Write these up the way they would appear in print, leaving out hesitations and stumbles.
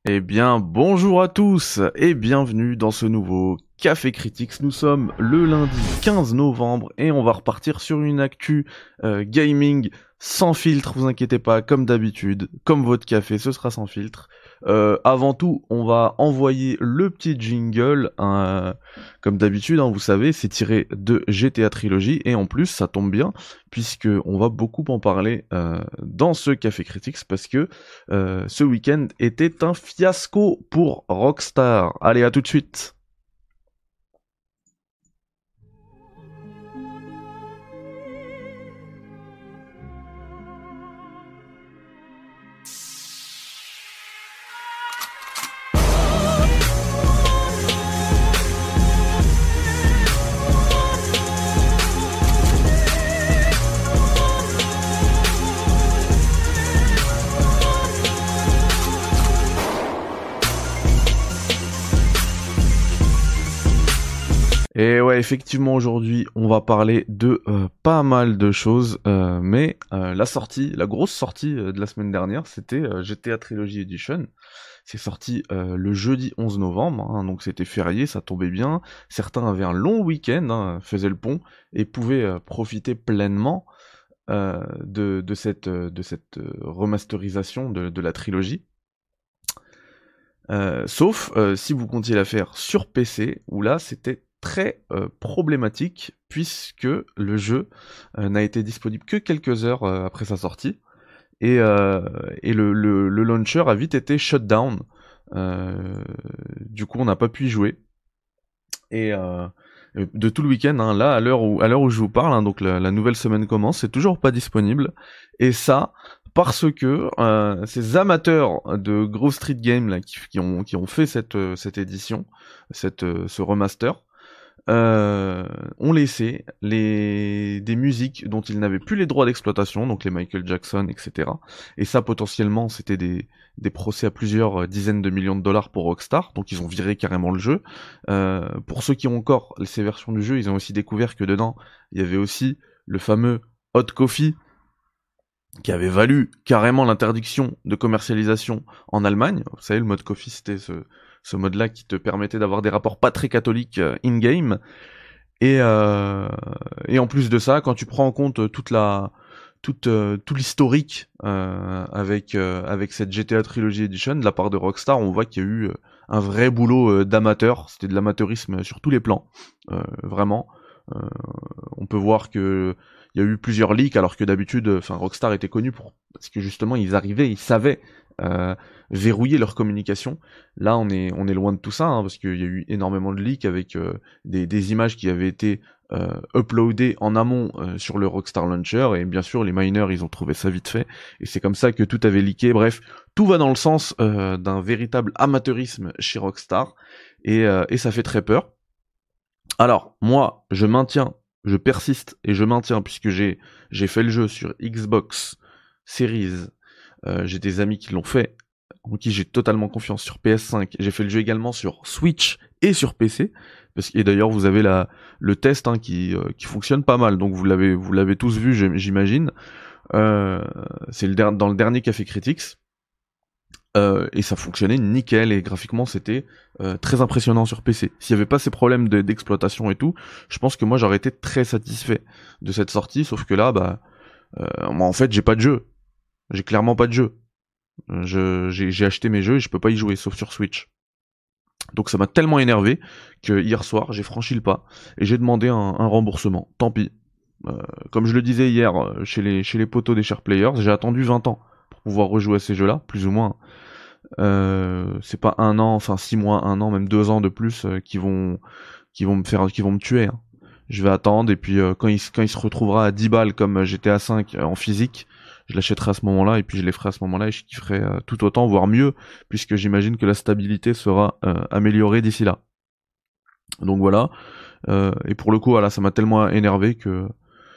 Eh bien, bonjour à tous et bienvenue dans ce nouveau Café Critics. Nous sommes le lundi 15 novembre et on va repartir sur une actu gaming sans filtre, vous inquiétez pas, comme d'habitude, comme votre café, ce sera sans filtre. Avant tout, on va envoyer le petit jingle, comme d'habitude, vous savez, c'est tiré de GTA Trilogy et en plus, ça tombe bien, puisque on va beaucoup en parler dans ce Café Critics, parce que ce week-end était un fiasco pour Rockstar. Allez, à tout de suite. Et ouais, effectivement, aujourd'hui, on va parler de pas mal de choses, mais la grosse sortie de la semaine dernière, c'était GTA Trilogy Edition. C'est sorti le jeudi 11 novembre, donc c'était férié, ça tombait bien. Certains avaient un long week-end, faisaient le pont, et pouvaient profiter pleinement de cette remasterisation de la trilogie. Sauf si vous comptiez la faire sur PC, où là c'était très problématique, puisque le jeu n'a été disponible que quelques heures après sa sortie, et le launcher a vite été shut down. Du coup on n'a pas pu y jouer. Et de tout le week-end, là, à l'heure où je vous parle, donc la nouvelle semaine commence, c'est toujours pas disponible. Et ça, parce que ces amateurs de gros street games là, qui ont fait cette édition, ce remaster, ont laissé des musiques dont ils n'avaient plus les droits d'exploitation, donc les Michael Jackson, etc. Et ça, potentiellement, c'était des procès à plusieurs dizaines de millions de dollars pour Rockstar, donc ils ont viré carrément le jeu. Pour ceux qui ont encore ces versions du jeu, ils ont aussi découvert que dedans, il y avait aussi le fameux Hot Coffee, qui avait valu carrément l'interdiction de commercialisation en Allemagne. Vous savez, le mode Coffee, c'était ce mode-là qui te permettait d'avoir des rapports pas très catholiques in-game. Et en plus de ça, quand tu prends en compte tout l'historique avec cette GTA Trilogy Edition de la part de Rockstar, on voit qu'il y a eu un vrai boulot d'amateur. C'était de l'amateurisme sur tous les plans, vraiment. On peut voir que il y a eu plusieurs leaks, alors que d'habitude, Rockstar était connu parce que justement ils savaient verrouiller leur communication. Là, on est loin de tout ça, parce qu'il y a eu énormément de leaks avec des images qui avaient été uploadées en amont sur le Rockstar Launcher, et bien sûr les miners ils ont trouvé ça vite fait, et c'est comme ça que tout avait leaké. Bref, tout va dans le sens d'un véritable amateurisme chez Rockstar, et ça fait très peur. Alors, moi, je persiste et je maintiens, puisque j'ai fait le jeu sur Xbox Series, j'ai des amis qui l'ont fait, en qui j'ai totalement confiance sur PS5, j'ai fait le jeu également sur Switch et sur PC, et d'ailleurs vous avez le test qui fonctionne pas mal, donc vous l'avez tous vu, j'imagine. C'est dans le dernier Café Critics. Et ça fonctionnait nickel, et graphiquement c'était très impressionnant sur PC. S'il n'y avait pas ces problèmes d'exploitation et tout, je pense que moi j'aurais été très satisfait de cette sortie, sauf que là, moi en fait j'ai pas de jeu. J'ai clairement pas de jeu. J'ai acheté mes jeux et je peux pas y jouer, sauf sur Switch. Donc ça m'a tellement énervé que hier soir j'ai franchi le pas et j'ai demandé un remboursement. Tant pis. Comme je le disais hier chez les potos des Share Players, j'ai attendu 20 ans pour pouvoir rejouer à ces jeux-là, plus ou moins. C'est pas 1 an, 6 mois, 1 an, même 2 ans de plus qui vont me tuer. Je vais attendre, et puis quand il se retrouvera à 10 balles comme GTA 5 en physique, je l'achèterai à ce moment-là, et puis je les ferai à ce moment-là, et je kifferai tout autant, voire mieux, puisque j'imagine que la stabilité sera améliorée d'ici là. Donc voilà. Et pour le coup, voilà, ça m'a tellement énervé que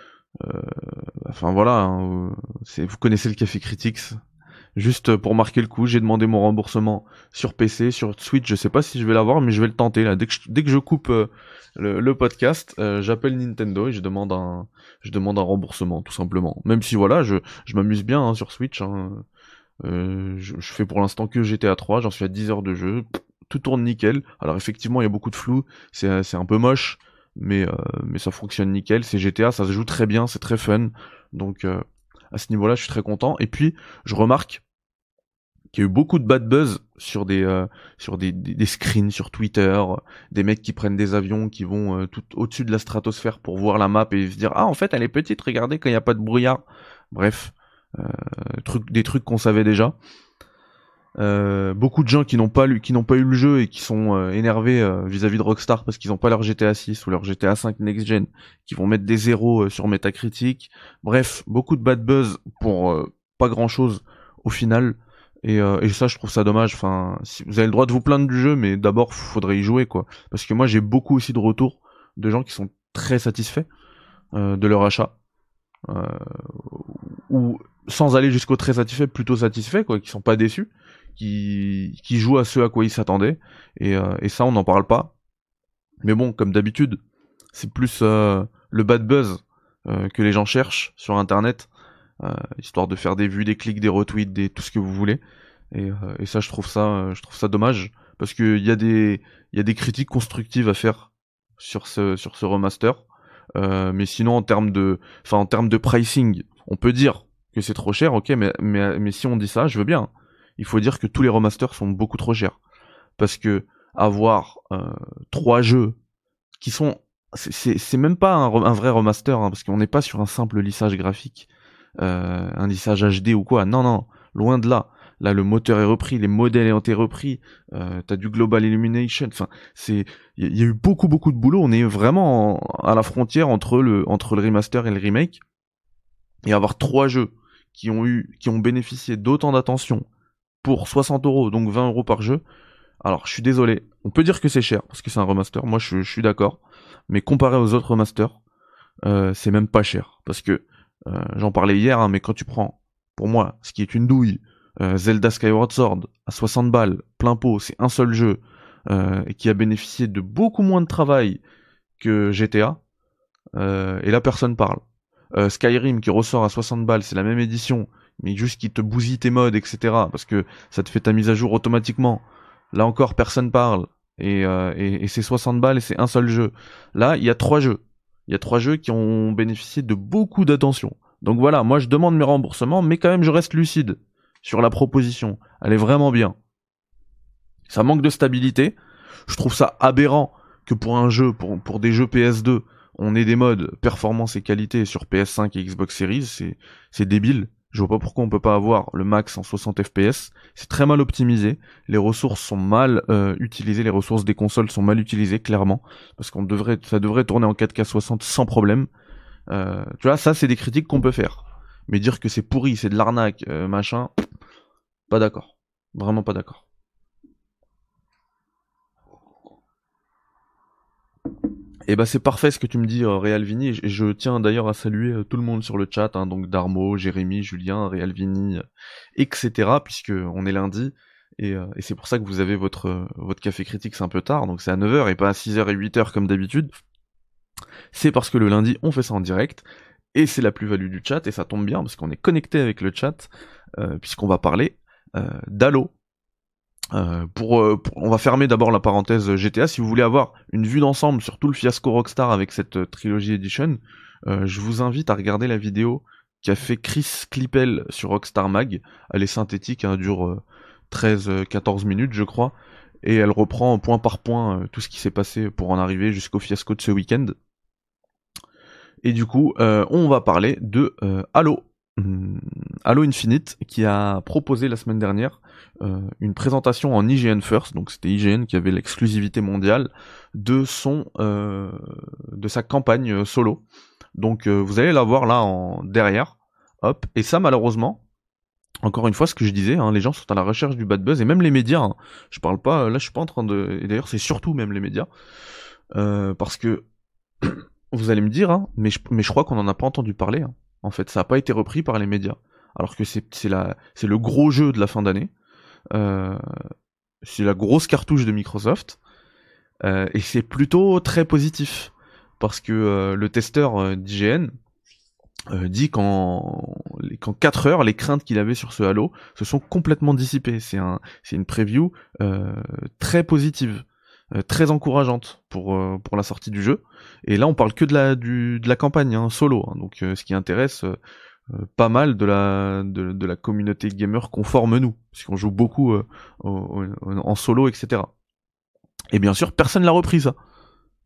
vous connaissez le Café Critics. Juste pour marquer le coup, j'ai demandé mon remboursement sur PC, sur Switch, je sais pas si je vais l'avoir, mais je vais le tenter là. Dès que je coupe le podcast, j'appelle Nintendo et je demande un remboursement, tout simplement. Même si voilà, je m'amuse bien sur Switch. Je fais pour l'instant que GTA 3, j'en suis à 10 heures de jeu, tout tourne nickel. Alors effectivement, il y a beaucoup de flou, c'est un peu moche, mais ça fonctionne nickel. C'est GTA, ça se joue très bien, c'est très fun. Donc à ce niveau-là, je suis très content. Et puis, je remarque qu'il y a eu beaucoup de bad buzz sur des screens sur Twitter, des mecs qui prennent des avions, qui vont tout au-dessus de la stratosphère pour voir la map et se dire ah en fait elle est petite, regardez quand il n'y a pas de brouillard. Bref, des trucs qu'on savait déjà. Beaucoup de gens qui n'ont pas eu le jeu et qui sont énervés vis-à-vis de Rockstar parce qu'ils n'ont pas leur GTA 6 ou leur GTA 5 Next Gen, qui vont mettre des zéros sur Metacritic. Bref, beaucoup de bad buzz pour pas grand-chose au final. Et ça, je trouve ça dommage. Enfin, si vous avez le droit de vous plaindre du jeu, mais d'abord, faudrait y jouer, quoi. Parce que moi, j'ai beaucoup aussi de retours de gens qui sont très satisfaits de leur achat. Ou sans aller jusqu'au très satisfait, plutôt satisfaits, quoi, qui sont pas déçus, qui jouent à ce à quoi ils s'attendaient. Et ça, on n'en parle pas. Mais bon, comme d'habitude, c'est plus le bad buzz que les gens cherchent sur Internet. Histoire de faire des vues, des clics, des retweets, tout ce que vous voulez. Et ça, je trouve ça dommage parce que il y a des critiques constructives à faire sur ce remaster. Mais sinon, en termes de pricing, on peut dire que c'est trop cher, ok, mais si on dit ça, je veux bien. Il faut dire que tous les remasters sont beaucoup trop chers parce que avoir 3 jeux qui sont, c'est même pas un vrai remaster, hein, parce qu'on n'est pas sur un simple lissage graphique. Un lissage HD ou quoi. Non, loin de là. Là, le moteur est repris, les modèles ont été repris, t'as du Global Illumination, enfin, il y a eu beaucoup de boulot, on est vraiment à la frontière entre le remaster et le remake, et avoir 3 jeux qui ont bénéficié d'autant d'attention pour 60€, donc 20€ par jeu. Alors, je suis désolé, on peut dire que c'est cher, parce que c'est un remaster, moi je suis d'accord, mais comparé aux autres remasters, c'est même pas cher, parce que j'en parlais hier, hein, mais quand tu prends, pour moi, ce qui est une douille, Zelda Skyward Sword, à 60 balles, plein pot, c'est un seul jeu, et qui a bénéficié de beaucoup moins de travail que GTA, et là personne parle. Skyrim qui ressort à 60 balles, c'est la même édition, mais juste qui te bousille tes mods, etc., parce que ça te fait ta mise à jour automatiquement. Là encore, personne parle, et c'est 60 balles et c'est un seul jeu. Là, il y a 3 jeux. Il y a 3 jeux qui ont bénéficié de beaucoup d'attention. Donc voilà, moi je demande mes remboursements, mais quand même je reste lucide sur la proposition. Elle est vraiment bien. Ça manque de stabilité. Je trouve ça aberrant que pour un jeu, pour des jeux PS2, on ait des modes performance et qualité sur PS5 et Xbox Series. C'est débile. Je vois pas pourquoi on peut pas avoir le max en 60 FPS. C'est très mal optimisé. Les ressources sont mal utilisées. Les ressources des consoles sont mal utilisées, clairement. Parce ça devrait tourner en 4K 60 sans problème. Tu vois, ça, c'est des critiques qu'on peut faire. Mais dire que c'est pourri, c'est de l'arnaque, machin, pas d'accord. Vraiment pas d'accord. Et bah c'est parfait ce que tu me dis, Real Vini. Et je tiens d'ailleurs à saluer tout le monde sur le chat, hein, donc Darmo, Jérémy, Julien, Real Vini, etc. Puisque on est lundi. Et c'est pour ça que vous avez votre café critique, c'est un peu tard, donc c'est à 9h et pas à 6h et 8h comme d'habitude. C'est parce que le lundi, on fait ça en direct. Et c'est la plus-value du chat, et ça tombe bien, parce qu'on est connecté avec le chat, puisqu'on va parler d'Halo. On va fermer d'abord la parenthèse GTA. Si vous voulez avoir une vue d'ensemble sur tout le fiasco Rockstar avec cette Trilogy Edition, je vous invite à regarder la vidéo qu'a fait Chris Clippel sur Rockstar Mag. Elle est synthétique, elle dure 13-14 minutes je crois, et elle reprend point par point tout ce qui s'est passé pour en arriver jusqu'au fiasco de ce week-end. Et du coup, on va parler de Halo. Halo Infinite, qui a proposé la semaine dernière une présentation en IGN First, donc c'était IGN qui avait l'exclusivité mondiale de sa campagne solo. Donc vous allez la voir là derrière, hop. Et ça, malheureusement, encore une fois, ce que je disais, hein, les gens sont à la recherche du bad buzz, et même les médias. Hein, je parle pas, là, je suis pas en train de. Et d'ailleurs, c'est surtout même les médias, parce que vous allez me dire, hein, mais je crois qu'on en a pas entendu parler. Hein. En fait, ça a pas été repris par les médias, alors que c'est le gros jeu de la fin d'année. C'est la grosse cartouche de Microsoft, et c'est plutôt très positif parce que le testeur d'IGN dit qu'en 4 heures, les craintes qu'il avait sur ce Halo se sont complètement dissipées. C'est une preview très positive, très encourageante pour la sortie du jeu. Et là, on parle que de la campagne, hein, solo. Hein, donc, ce qui intéresse pas mal de la communauté gamer qu'on forme nous, puisqu'on joue beaucoup en solo, etc. Et bien sûr, personne l'a repris ça. Pourquoi ?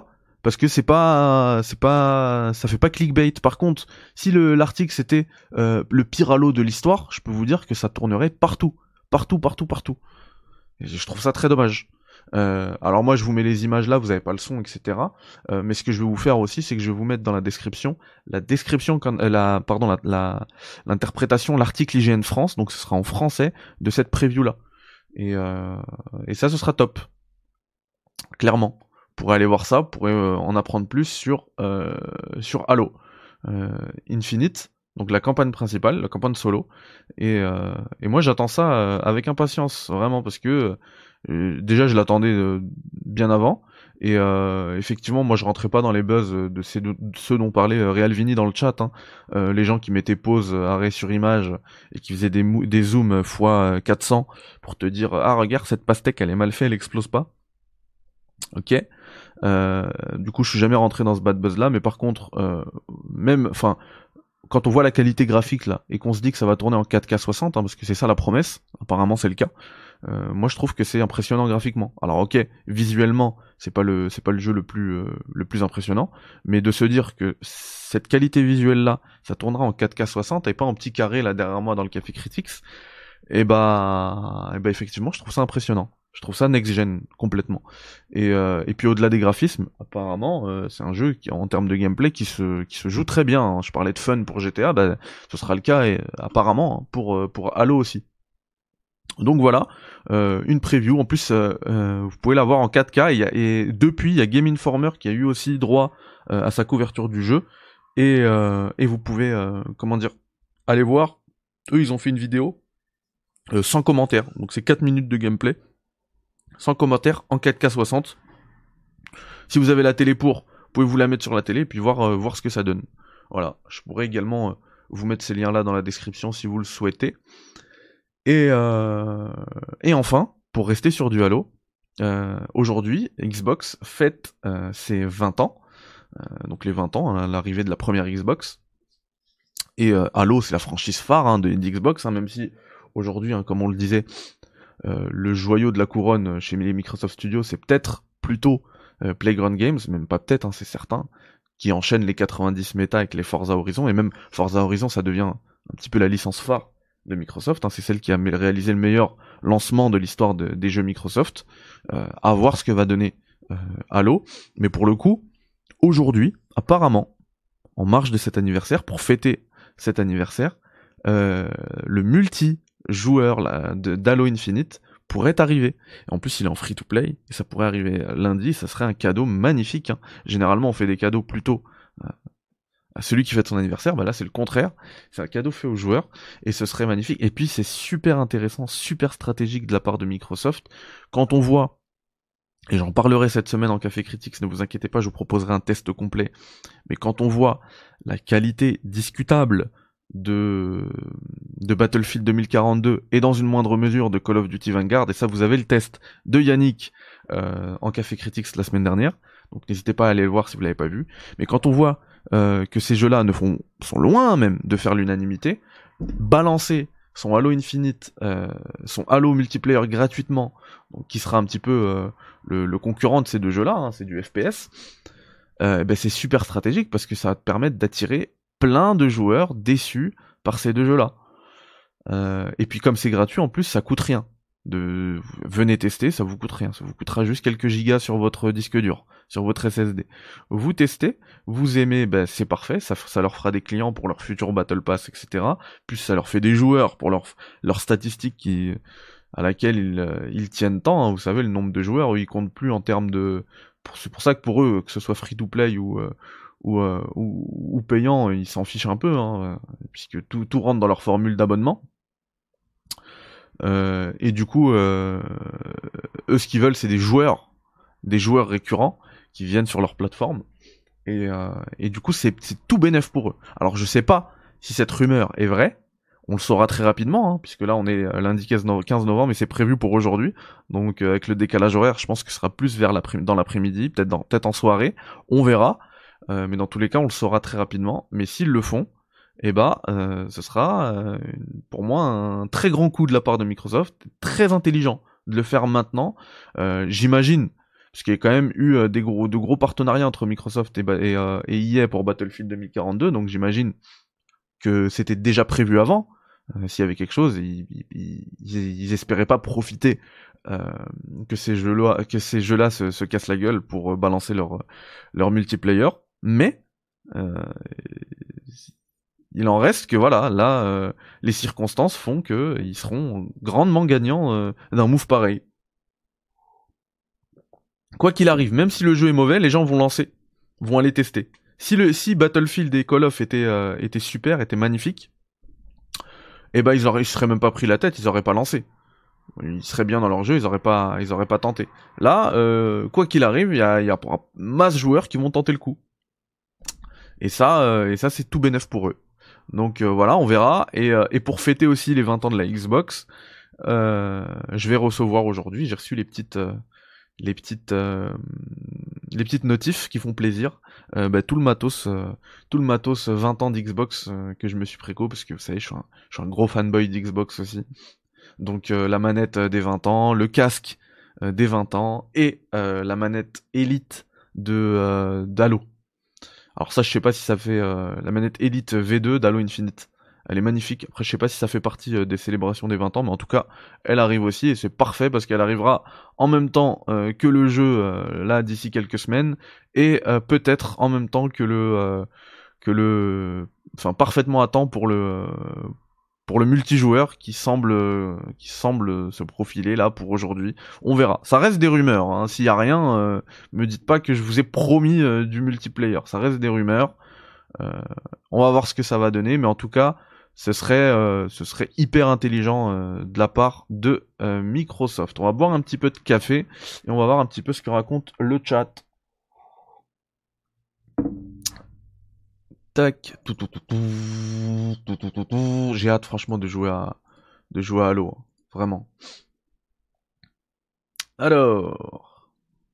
Parce que ça fait pas clickbait. Par contre, si l'article c'était le pire Halo de l'histoire, je peux vous dire que ça tournerait partout. Partout, partout, partout. Et je trouve ça très dommage. Alors moi je vous mets les images là, vous avez pas le son, etc. Mais ce que je vais vous faire aussi, c'est que je vais vous mettre dans la description l'interprétation, l'article IGN France, donc ce sera en français de cette preview là. Et ça ce sera top. Clairement. Vous pourrez aller voir ça, vous pourrez en apprendre plus sur Halo Infinite, donc la campagne principale, la campagne solo. Et moi j'attends ça avec impatience, vraiment, parce que déjà je l'attendais bien avant. Et effectivement, moi je rentrais pas dans les buzz de ceux dont parlait Real Vini dans le chat, hein. Les gens qui mettaient pause, arrêt sur image, et qui faisaient des zooms x 400 pour te dire ah regarde cette pastèque elle est mal faite, elle explose pas. Ok. Du coup, je suis jamais rentré dans ce bad buzz là, mais par contre, quand on voit la qualité graphique là et qu'on se dit que ça va tourner en 4K 60, hein, parce que c'est ça la promesse, apparemment c'est le cas. Moi, je trouve que c'est impressionnant graphiquement. Alors, ok, visuellement, c'est pas le jeu le plus impressionnant, mais de se dire que cette qualité visuelle là, ça tournera en 4K 60 et pas en petit carré là derrière moi dans le Café Critics, et bah effectivement, je trouve ça impressionnant. Je trouve ça next-gen complètement. Et puis au-delà des graphismes, apparemment, c'est un jeu qui, en termes de gameplay, qui se joue très bien. Hein. Je parlais de fun pour GTA, bah, ce sera le cas apparemment hein, pour Halo aussi. Donc voilà, une preview. En plus, vous pouvez la voir en 4K. Et depuis, il y a Game Informer qui a eu aussi droit à sa couverture du jeu. Et vous pouvez, aller voir. Eux, ils ont fait une vidéo sans commentaire. Donc c'est 4 minutes de gameplay. Sans commentaire, en 4K 60. Si vous avez la télé vous pouvez vous la mettre sur la télé et puis voir ce que ça donne. Voilà, je pourrais également vous mettre ces liens-là dans la description si vous le souhaitez. Et enfin, pour rester sur du Halo, aujourd'hui, Xbox fête ses 20 ans. Donc les 20 ans, hein, l'arrivée de la première Xbox. Et Halo, c'est la franchise phare hein, d'Xbox, hein, même si aujourd'hui, hein, comme on le disait, le joyau de la couronne chez les Microsoft Studios, c'est peut-être plutôt Playground Games, même pas peut-être, hein, c'est certain, qui enchaîne les 90 méta avec les Forza Horizon, et même Forza Horizon, ça devient un petit peu la licence phare de Microsoft, hein, c'est celle qui a réalisé le meilleur lancement de l'histoire des jeux Microsoft, à voir ce que va donner Halo, mais pour le coup, aujourd'hui, apparemment, en marge de cet anniversaire, pour fêter cet anniversaire, le multi-joueur d'Halo Infinite pourrait arriver. En plus, il est en free-to-play, et ça pourrait arriver lundi, ça serait un cadeau magnifique. Hein. Généralement, on fait des cadeaux plutôt à celui qui fête son anniversaire, bah là c'est le contraire, c'est un cadeau fait aux joueurs, et ce serait magnifique. Et puis c'est super intéressant, super stratégique de la part de Microsoft, quand on voit, et j'en parlerai cette semaine en Café Critics, ne vous inquiétez pas, je vous proposerai un test complet, mais quand on voit la qualité discutable de Battlefield 2042 et dans une moindre mesure de Call of Duty Vanguard, et ça vous avez le test de Yannick en Café Critics la semaine dernière, donc n'hésitez pas à aller le voir si vous l'avez pas vu, mais quand on voit que ces jeux-là sont loin même de faire l'unanimité, balancer son Halo Infinite, son Halo multiplayer gratuitement, donc qui sera un petit peu le concurrent de ces deux jeux-là, hein, c'est du FPS, c'est super stratégique parce que ça va te permettre d'attirer plein de joueurs déçus par ces deux jeux-là. Et puis comme c'est gratuit, en plus, ça coûte rien. Venez tester, ça vous coûte rien. Ça vous coûtera juste quelques gigas sur votre disque dur, sur votre SSD. Vous testez, vous aimez, c'est parfait, ça leur fera des clients pour leur futur Battle Pass, etc. Plus ça leur fait des joueurs pour leurs statistiques à laquelle ils tiennent tant. Hein. Vous savez, le nombre de joueurs, ils comptent plus en termes de... C'est pour ça que pour eux, que ce soit free-to-play ou payant, ils s'en fichent un peu, hein, puisque tout rentre dans leur formule d'abonnement. Et du coup, eux, ce qu'ils veulent, c'est des joueurs récurrents qui viennent sur leur plateforme. Et du coup, c'est tout bénef pour eux. Alors, je sais pas si cette rumeur est vraie. On le saura très rapidement, hein, puisque là, on est lundi 15 novembre et c'est prévu pour aujourd'hui. Donc, avec le décalage horaire, je pense que ce sera plus dans l'après-midi, peut-être en soirée. On verra. Mais dans tous les cas, on le saura très rapidement. Mais s'ils le font, ce sera pour moi un très grand coup de la part de Microsoft, très intelligent de le faire maintenant. J'imagine, parce qu'il y a quand même eu de gros partenariats entre Microsoft et EA pour Battlefield 2042, donc j'imagine que c'était déjà prévu avant. S'il y avait quelque chose, ils espéraient pas profiter que ces jeux-là se cassent la gueule pour balancer leur multiplayer. Mais il en reste que voilà, là, les circonstances font que ils seront grandement gagnants d'un move pareil. Quoi qu'il arrive, même si le jeu est mauvais, les gens vont aller tester. Si Battlefield et Call of étaient super, étaient magnifiques, ils se seraient même pas pris la tête, ils auraient pas lancé. Ils seraient bien dans leur jeu, ils auraient pas tenté. Là, quoi qu'il arrive, il y a masse joueurs qui vont tenter le coup. Et ça c'est tout bénef pour eux. Donc voilà, on verra. Et pour fêter aussi les 20 ans de la Xbox, je vais recevoir aujourd'hui, j'ai reçu les petites notifs qui font plaisir. Tout le matos 20 ans d'Xbox que je me suis préco, parce que vous savez, je suis un gros fanboy d'Xbox aussi. Donc la manette des 20 ans, le casque des 20 ans, et la manette Elite d'Halo. Alors ça, je sais pas si ça fait la manette Elite V2 d'Halo Infinite. Elle est magnifique. Après, je sais pas si ça fait partie des célébrations des 20 ans, mais en tout cas, elle arrive aussi, et c'est parfait parce qu'elle arrivera en même temps que le jeu là d'ici quelques semaines, et peut-être en même temps enfin parfaitement à temps pour le multijoueur qui semble se profiler là pour aujourd'hui. On verra. Ça reste des rumeurs, hein. S'il y a rien, me dites pas que je vous ai promis du multiplayer. Ça reste des rumeurs. On va voir ce que ça va donner, mais en tout cas, ce serait hyper intelligent de la part de Microsoft. On va boire un petit peu de café et on va voir un petit peu ce que raconte le chat. Tac. J'ai hâte franchement de jouer à Halo, hein. Vraiment. Alors,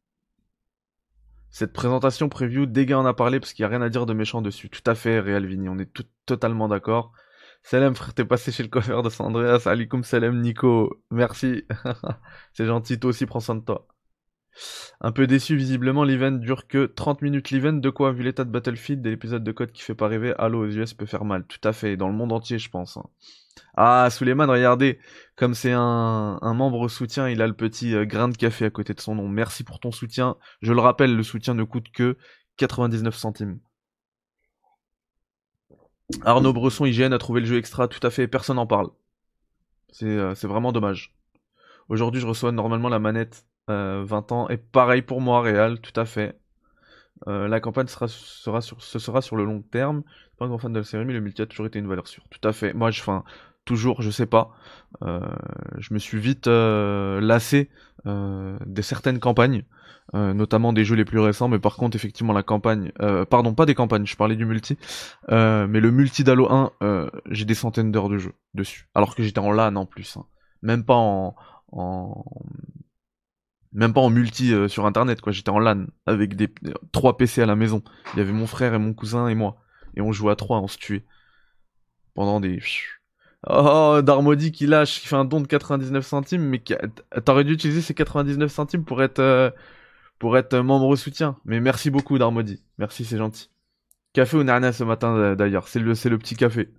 cette présentation preview, Dégâts en a parlé parce qu'il n'y a rien à dire de méchant dessus. Tout à fait, Real Vini, on est totalement d'accord. Salam frère, t'es passé chez le coiffeur de San Andreas. Alikum salam Nico, merci. C'est gentil, toi aussi prends soin de toi. Un peu déçu, visiblement, l'event dure que 30 minutes. L'event de quoi, vu l'état de Battlefield et l'épisode de code qui fait pas rêver, Halo aux US peut faire mal. Tout à fait, dans le monde entier, je pense. Ah, Suleiman, regardez, comme c'est un membre soutien, il a le petit grain de café à côté de son nom. Merci pour ton soutien. Je le rappelle, le soutien ne coûte que 99 centimes. Arnaud Bresson, IGN, a trouvé le jeu extra, tout à fait, personne n'en parle. C'est vraiment dommage. Aujourd'hui, je reçois normalement la manette 20 ans, et pareil pour moi, Réal, tout à fait. La campagne ce sera sur le long terme. Pas un grand fan de la série, mais le multi a toujours été une valeur sûre. Tout à fait. Moi, toujours, je sais pas. Je me suis vite lassé de certaines campagnes, notamment des jeux les plus récents. Mais par contre, effectivement, la campagne, pardon, pas des campagnes. Je parlais du multi, mais le multi d'Halo 1, j'ai des centaines d'heures de jeu dessus. Alors que j'étais en LAN en plus, hein. Même pas même pas en multi sur internet, quoi. J'étais en LAN avec 3 PC à la maison. Il y avait mon frère et mon cousin et moi. Et on jouait à 3, on se tuait. Pendant des... Oh, Darmody qui lâche, qui fait un don de 99 centimes, mais t'aurais dû utiliser ces 99 centimes pour être membre soutien. Mais merci beaucoup, Darmody. Merci, c'est gentil. Café au nana ce matin, d'ailleurs. C'est le petit café.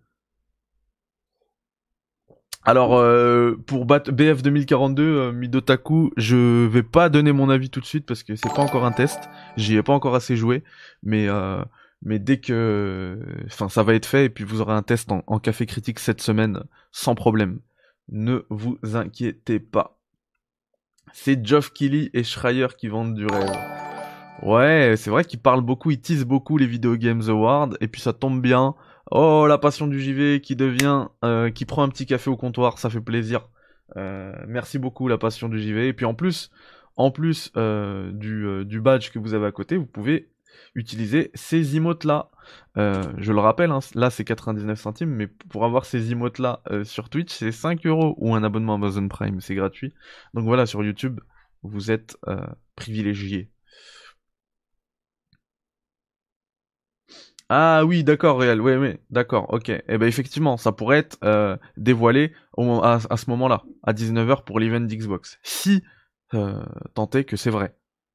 Alors, pour BF 2042, Midotaku, je vais pas donner mon avis tout de suite parce que c'est pas encore un test. J'y ai pas encore assez joué. Mais dès que... Enfin, ça va être fait et puis vous aurez un test en café critique cette semaine, sans problème. Ne vous inquiétez pas. C'est Geoff Keighley et Schreier qui vendent du rêve. Ouais, c'est vrai qu'ils parlent beaucoup, ils teasent beaucoup les Video Games Awards, et puis ça tombe bien. Oh, la passion du JV qui prend un petit café au comptoir, ça fait plaisir. Merci beaucoup, la passion du JV. Et puis en plus du badge que vous avez à côté, vous pouvez utiliser ces emotes-là. Je le rappelle, hein, là c'est 99 centimes, mais pour avoir ces emotes-là sur Twitch, c'est 5 € ou un abonnement Amazon Prime, c'est gratuit. Donc voilà, sur YouTube, vous êtes privilégiés. Ah oui, d'accord, Réal, ouais, d'accord, ok. Eh ben effectivement, ça pourrait être dévoilé à ce moment-là, à 19 h pour l'event d'Xbox. Si tant est que c'est vrai.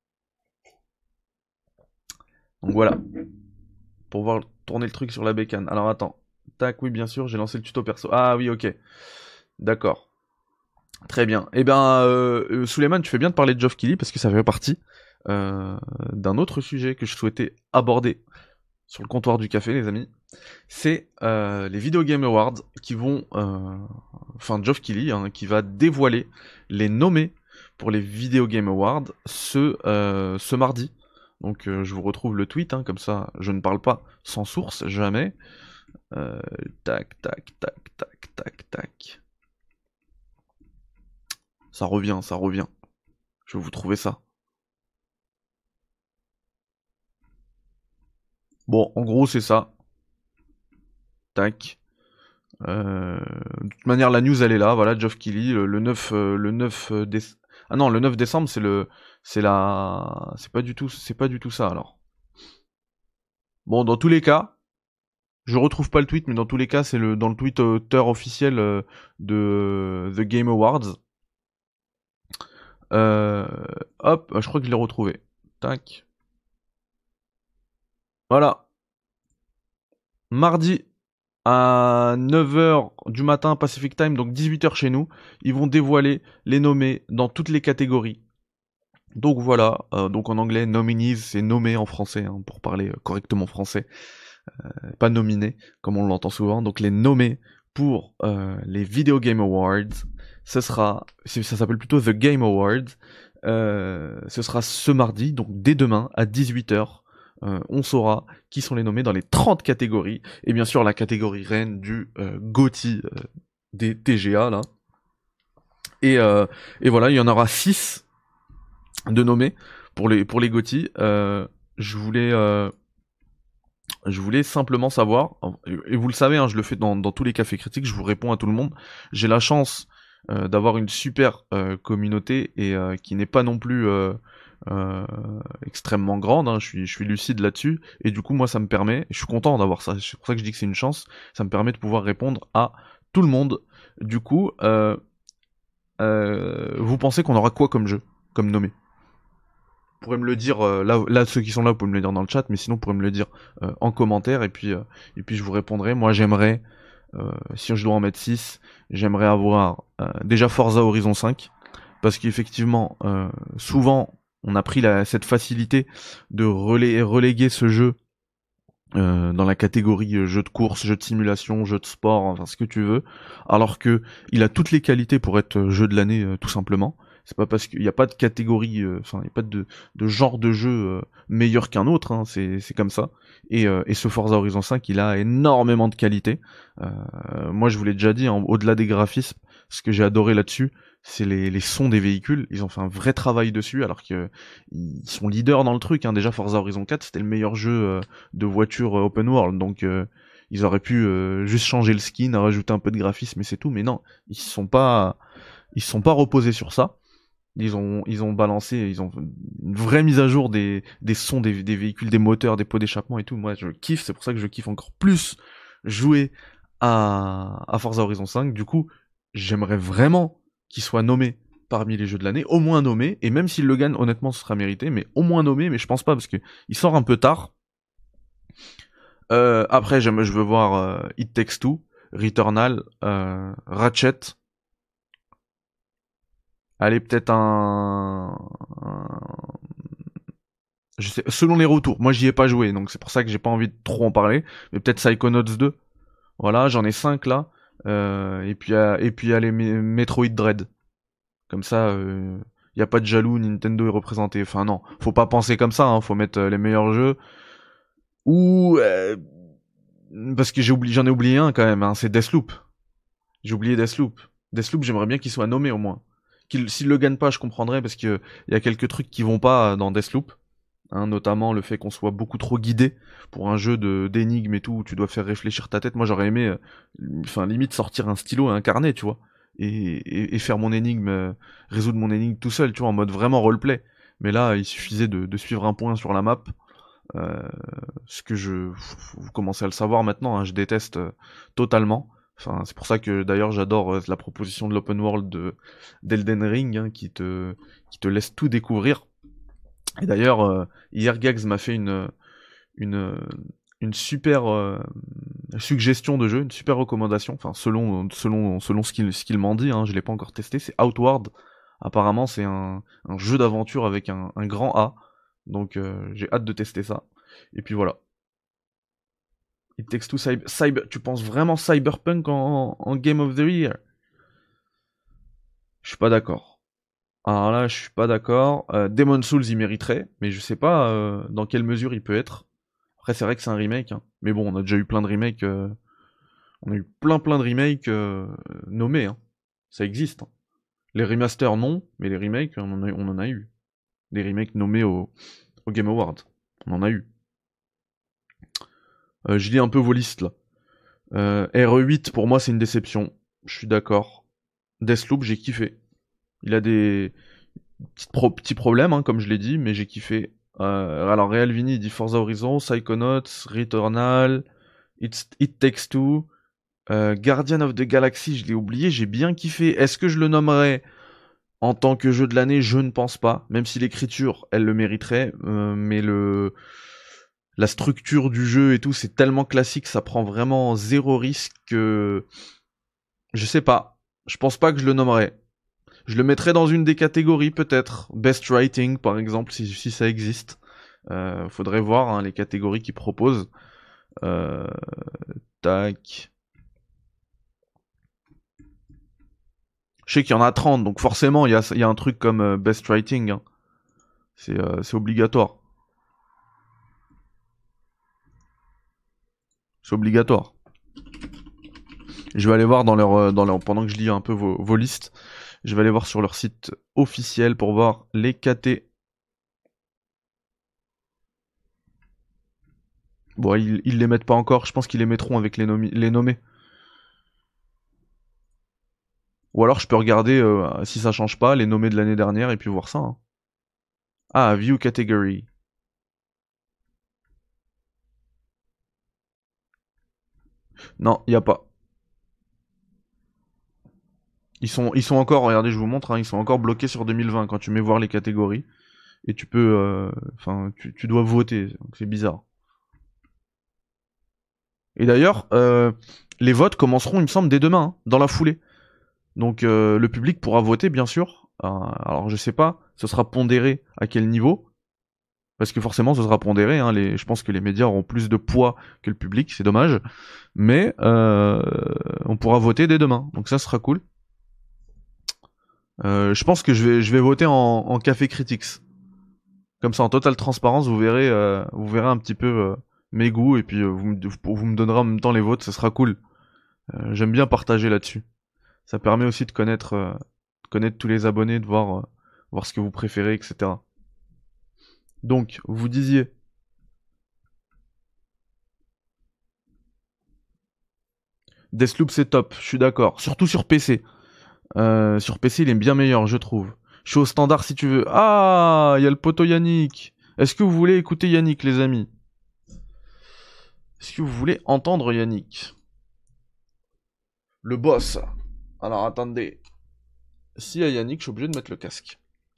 Donc voilà, pour voir tourner le truc sur la bécane. Alors attends, tac, oui bien sûr, j'ai lancé le tuto perso. Ah oui, ok, d'accord. Très bien. Eh ben, Souleymane, tu fais bien de parler de Geoff Keighley parce que ça fait partie d'un autre sujet que je souhaitais aborder sur le comptoir du café, les amis. C'est les Video Game Awards qui vont... Enfin, Geoff Keighley, hein, qui va dévoiler les nommés pour les Video Game Awards ce mardi. Donc je vous retrouve le tweet, hein, comme ça je ne parle pas sans source, jamais. Tac, tac, tac, tac, tac, tac. Ça revient, ça revient. Je vais vous trouver ça. Bon, en gros c'est ça. Tac. De toute manière, la news elle est là, voilà, Geoff Keighley, le 9, décembre. Ah non, le 9 décembre, c'est pas du tout ça alors. Bon, dans tous les cas, je retrouve pas le tweet, mais dans tous les cas, c'est dans le Twitter officiel de The Game Awards. Hop, je crois que je l'ai retrouvé. Tac. Voilà. Mardi à 9 h du matin Pacific Time, donc 18 h chez nous, ils vont dévoiler les nommés dans toutes les catégories. Donc voilà, donc en anglais, nominees, c'est nommé en français, hein, pour parler correctement français, pas nominé, comme on l'entend souvent. Donc les nommés pour les Video Game Awards, ça s'appelle plutôt The Game Awards, ce sera ce mardi, donc dès demain, à 18 h. On saura qui sont les nommés dans les 30 catégories, et bien sûr la catégorie reine du GOTY des TGA, là. Et voilà, il y en aura 6 de nommés pour les GOTY. Je voulais simplement savoir, et vous le savez, hein, je le fais dans tous les cafés critiques, je vous réponds à tout le monde. J'ai la chance d'avoir une super communauté et qui n'est pas non plus extrêmement grande, hein. Je suis lucide là-dessus, et du coup moi ça me permet, je suis content d'avoir ça, c'est pour ça que je dis que c'est une chance, ça me permet de pouvoir répondre à tout le monde. Du coup, vous pensez qu'on aura quoi comme jeu, comme nommé? Vous pourrez me le dire, là ceux qui sont là, vous pouvez me le dire dans le chat, mais sinon vous pourrez me le dire en commentaire, et puis je vous répondrai. Moi j'aimerais, si je dois en mettre 6, j'aimerais avoir déjà Forza Horizon 5, parce qu'effectivement, souvent, on a pris cette facilité de reléguer ce jeu dans la catégorie jeu de course, jeu de simulation, jeu de sport, enfin ce que tu veux, alors que il a toutes les qualités pour être jeu de l'année tout simplement. C'est pas parce qu'il n'y a pas de catégorie, enfin il n'y a pas de genre de jeu meilleur qu'un autre, hein, c'est comme ça. Et ce Forza Horizon 5, il a énormément de qualités. Moi je vous l'ai déjà dit, hein, au-delà des graphismes, ce que j'ai adoré là-dessus, c'est les sons des véhicules. Ils ont fait un vrai travail dessus, alors qu'ils sont leaders dans le truc, hein. Déjà Forza Horizon 4, c'était le meilleur jeu de voiture open world, donc ils auraient pu juste changer le skin, rajouter un peu de graphisme et c'est tout, mais non, ils se sont pas reposés sur ça. Ils ont balancé, ils ont une vraie mise à jour des sons des véhicules, des moteurs, des pots d'échappement et tout. Moi je kiffe, c'est pour ça que je kiffe encore plus jouer à Forza Horizon 5. Du coup, j'aimerais vraiment qu'il soit nommé parmi les jeux de l'année, au moins nommé, et même s'il le gagne, honnêtement ce sera mérité, mais au moins nommé, mais je pense pas parce que il sort un peu tard. Après je veux voir It Takes Two, Returnal, Ratchet. Allez, peut-être je sais, selon les retours. Moi, j'y ai pas joué, donc c'est pour ça que j'ai pas envie de trop en parler. Mais peut-être Psychonauts 2. Voilà, j'en ai 5 là. Et puis il y a les Metroid Dread. Comme ça, y a pas de jaloux, Nintendo est représenté. Enfin non, faut pas penser comme ça, hein. Faut mettre les meilleurs jeux. Ou parce que j'en ai oublié un quand même, hein, c'est Deathloop. J'ai oublié Deathloop. Deathloop, j'aimerais bien qu'il soit nommé au moins. S'il le gagne pas, je comprendrais parce que y a quelques trucs qui vont pas dans Deathloop. hein, notamment le fait qu'on soit beaucoup trop guidé pour un jeu d'énigmes et tout, où tu dois faire réfléchir ta tête. Moi j'aurais aimé, enfin limite sortir un stylo et un carnet, tu vois, et faire mon énigme, résoudre mon énigme tout seul, tu vois, en mode vraiment roleplay. Mais là, il suffisait de suivre un point sur la map, euh, ce que vous commencez à le savoir maintenant, hein, je déteste totalement. Enfin, c'est pour ça que d'ailleurs j'adore la proposition de l'open world d'Elden Ring, hein, qui te laisse tout découvrir. Et d'ailleurs, hier Gags m'a fait une, une super suggestion de jeu, une super recommandation, enfin selon ce qu'il m'en dit, hein, je l'ai pas encore testé, c'est Outward. Apparemment c'est un jeu d'aventure avec un grand A, donc j'ai hâte de tester ça. Et puis voilà. It Takes Two tu penses vraiment Cyberpunk en Game of the Year? Je suis pas d'accord. Alors là, je suis pas d'accord. Demon's Souls, il mériterait, mais je sais pas dans quelle mesure il peut être. Après, c'est vrai que c'est un remake, hein. Mais bon, on a déjà eu plein de remakes. On a eu plein de remakes nommés, hein. Ça existe, hein. Les remasters, non, mais les remakes, on en a eu. Des remakes nommés au Game Awards. On en a eu. Je lis un peu vos listes là. RE8, pour moi, c'est une déception. Je suis d'accord. Deathloop, j'ai kiffé. Il a des petits problèmes, hein, comme je l'ai dit, mais j'ai kiffé. Alors, Real Vini, il dit Forza Horizon, Psychonauts, Returnal, It Takes Two, Guardian of the Galaxy, je l'ai oublié, j'ai bien kiffé. Est-ce que je le nommerais en tant que jeu de l'année? Je ne pense pas, même si l'écriture, elle le mériterait, mais la structure du jeu et tout, c'est tellement classique, ça prend vraiment zéro risque que je sais pas. Je pense pas que je le nommerais. Je le mettrais dans une des catégories peut-être. Best Writing par exemple, si ça existe. Faudrait voir hein, les catégories qu'ils proposent. Euh, tac. Je sais qu'il y en a 30, donc forcément il y a un truc comme Best Writing. Hein. C'est obligatoire. C'est obligatoire. Je vais aller voir pendant que je lis un peu vos listes. Je vais aller voir sur leur site officiel pour voir les KT. Bon, ils les mettent pas encore, je pense qu'ils les mettront avec les nommés. Ou alors je peux regarder si ça change pas, les nommés de l'année dernière et puis voir ça. Hein. Ah, View Category. Non, y a pas. Ils sont encore, regardez, je vous montre, hein, ils sont encore bloqués sur 2020 quand tu mets voir les catégories. Et tu peux, enfin, tu dois voter, c'est bizarre. Et d'ailleurs, les votes commenceront, il me semble, dès demain, hein, dans la foulée. Donc le public pourra voter, bien sûr. Alors je sais pas, ce sera pondéré à quel niveau. Parce que forcément, ce sera pondéré. Hein, je pense que les médias auront plus de poids que le public, c'est dommage. Mais on pourra voter dès demain. Donc ça sera cool. Je pense que je vais voter en Café Critics. Comme ça, en totale transparence, vous verrez un petit peu mes goûts et puis vous me donnerez en même temps les votes. Ce sera cool. J'aime bien partager là-dessus. Ça permet aussi de connaître tous les abonnés, de voir ce que vous préférez, etc. Donc, vous disiez. Deathloop c'est top, je suis d'accord. Surtout sur PC. Sur PC il est bien meilleur, je trouve. Je suis au standard si tu veux. Ah, il y a le poteau Yannick. Est-ce que vous voulez écouter Yannick, les amis? Est-ce que vous voulez entendre Yannick? Le boss. Alors attendez. S'il y a Yannick, je suis obligé de mettre le casque.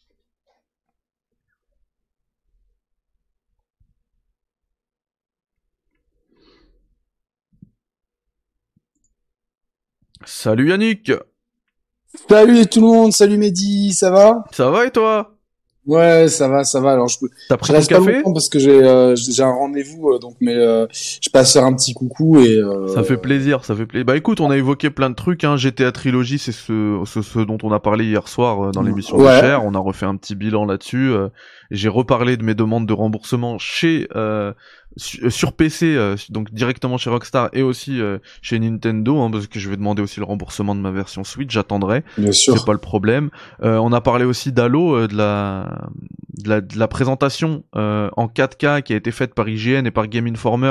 Salut Yannick. Salut tout le monde, salut Mehdi, ça va? Ça va et toi? Ouais, ça va. Alors T'as je pris ton reste pas café? longtemps parce que j'ai un rendez-vous, donc mais je passe faire un petit coucou et Ça fait plaisir, ça fait plaisir. Bah écoute, on a évoqué plein de trucs, hein. GTA Trilogy, c'est ce dont on a parlé hier soir dans l'émission de ouais, Cher. On a refait un petit bilan là-dessus. J'ai reparlé de mes demandes de remboursement sur PC, donc directement chez Rockstar et aussi chez Nintendo, hein, parce que je vais demander aussi le remboursement de ma version Switch. J'attendrai, bien c'est sûr. pas le problème. On a parlé aussi d'Halo, de la présentation en 4K qui a été faite par IGN et par Game Informer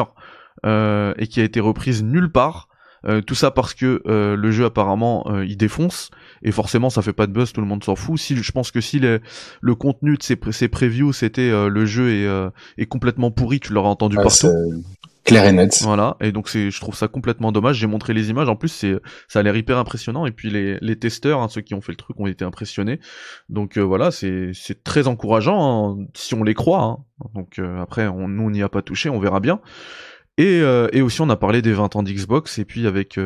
et qui a été reprise nulle part. Tout ça parce que le jeu apparemment il défonce et forcément ça fait pas de buzz, tout le monde s'en fout. Je pense que si le contenu de ces previews c'était le jeu est complètement pourri, tu l'aurais entendu partout. Clair et net. Voilà, et donc je trouve ça complètement dommage. J'ai montré les images, en plus ça a l'air hyper impressionnant, et puis les testeurs, hein, ceux qui ont fait le truc, ont été impressionnés. Donc voilà, c'est très encourageant hein, si on les croit. Hein. Donc après, nous on n'y a pas touché, on verra bien. Et aussi on a parlé des 20 ans d'Xbox, et puis avec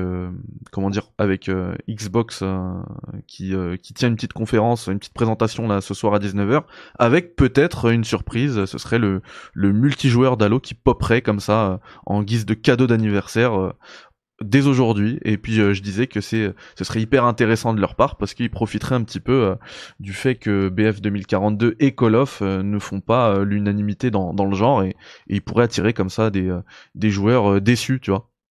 avec Xbox qui tient une petite conférence, une petite présentation là ce soir à 19h, avec peut-être une surprise, ce serait le multijoueur d'Halo qui popperait comme ça en guise de cadeau d'anniversaire dès aujourd'hui. Et puis je disais que ce serait hyper intéressant de leur part parce qu'ils profiteraient un petit peu du fait que BF 2042 et Call of ne font pas l'unanimité dans le genre, et ils pourraient attirer comme ça des joueurs déçus, tu vois.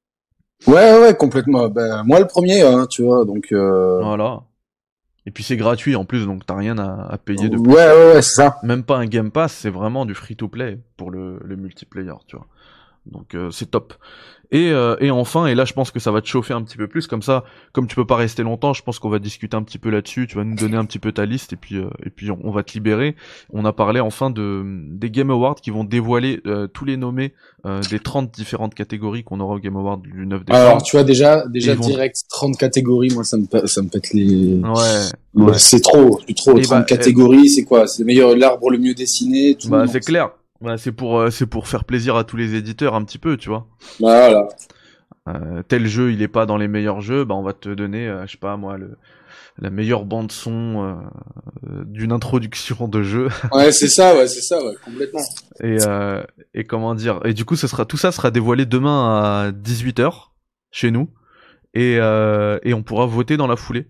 Ouais, complètement. Ben, moi le premier, hein, tu vois, donc voilà. Et puis c'est gratuit en plus, donc t'as rien à payer de plus. Ouais, c'est ça. Même pas un Game Pass, c'est vraiment du free-to-play pour le multiplayer, tu vois. Donc c'est top. Et enfin, et là je pense que ça va te chauffer un petit peu plus, comme ça, comme tu peux pas rester longtemps, je pense qu'on va discuter un petit peu là-dessus, tu vas nous donner un petit peu ta liste, et puis on va te libérer. On a parlé enfin des Game Awards qui vont dévoiler tous les nommés des 30 différentes catégories qu'on aura au Game Award du 9 décembre. Alors tu vois déjà direct 30 catégories, moi ça me pète les... Ouais. C'est trop, 30 catégories, c'est quoi? C'est l'arbre le mieux dessiné, tout. Bah c'est clair. Bah, c'est pour faire plaisir à tous les éditeurs un petit peu, tu vois. Voilà. Tel jeu, il est pas dans les meilleurs jeux, bah on va te donner, je sais pas moi, la meilleure bande son d'une introduction de jeu. Ouais, c'est ça, complètement. Et comment dire, et du coup tout ça sera dévoilé demain à 18h chez nous, et on pourra voter dans la foulée.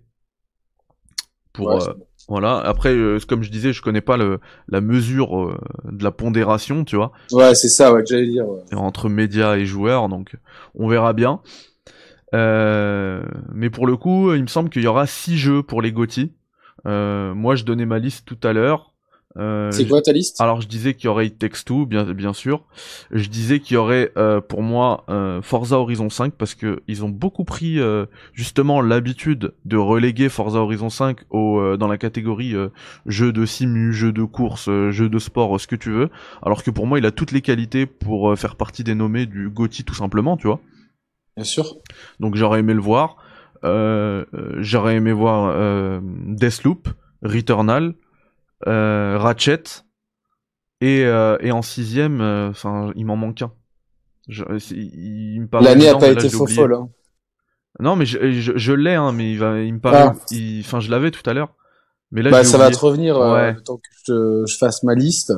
Voilà. Après, comme je disais, je connais pas la mesure de la pondération, tu vois. Ouais, c'est ça, que j'allais dire. Ouais. Entre médias et joueurs, donc on verra bien. Mais pour le coup, il me semble qu'il y aura 6 jeux pour les GOTY. Moi, je donnais ma liste tout à l'heure. C'est quoi ta liste? Alors je disais qu'il y aurait It Takes Two, bien sûr. Je disais qu'il y aurait pour moi Forza Horizon 5, parce que ils ont beaucoup pris justement l'habitude de reléguer Forza Horizon 5 dans la catégorie jeu de simu, jeu de course, jeu de sport, ce que tu veux. Alors que pour moi il a toutes les qualités pour faire partie des nommés du GOTY tout simplement, tu vois. Bien sûr. Donc j'aurais aimé le voir. J'aurais aimé voir Deathloop, Returnal, Ratchet, et en sixième, enfin il m'en manque un. Il me paraît l'année a pas été folle. Hein. Non mais je l'ai, hein, mais il me paraît, enfin je l'avais tout à l'heure. Mais là ça va te revenir le temps que je fasse ma liste.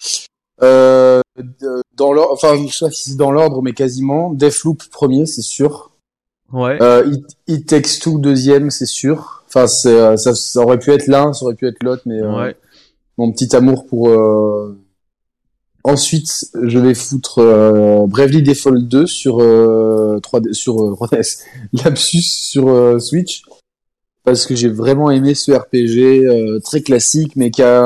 Dans l'ordre, enfin je sais pas si c'est dans l'ordre, mais quasiment. Deathloop premier, c'est sûr. Ouais. It Takes Two deuxième, c'est sûr. Enfin ça aurait pu être l'un, ça aurait pu être l'autre, mais ouais. Mon petit amour pour... Ensuite, je vais foutre Bravely Default 2 sur 3D, sur 3DS, lapsus sur Switch, parce que j'ai vraiment aimé ce RPG très classique, mais qui a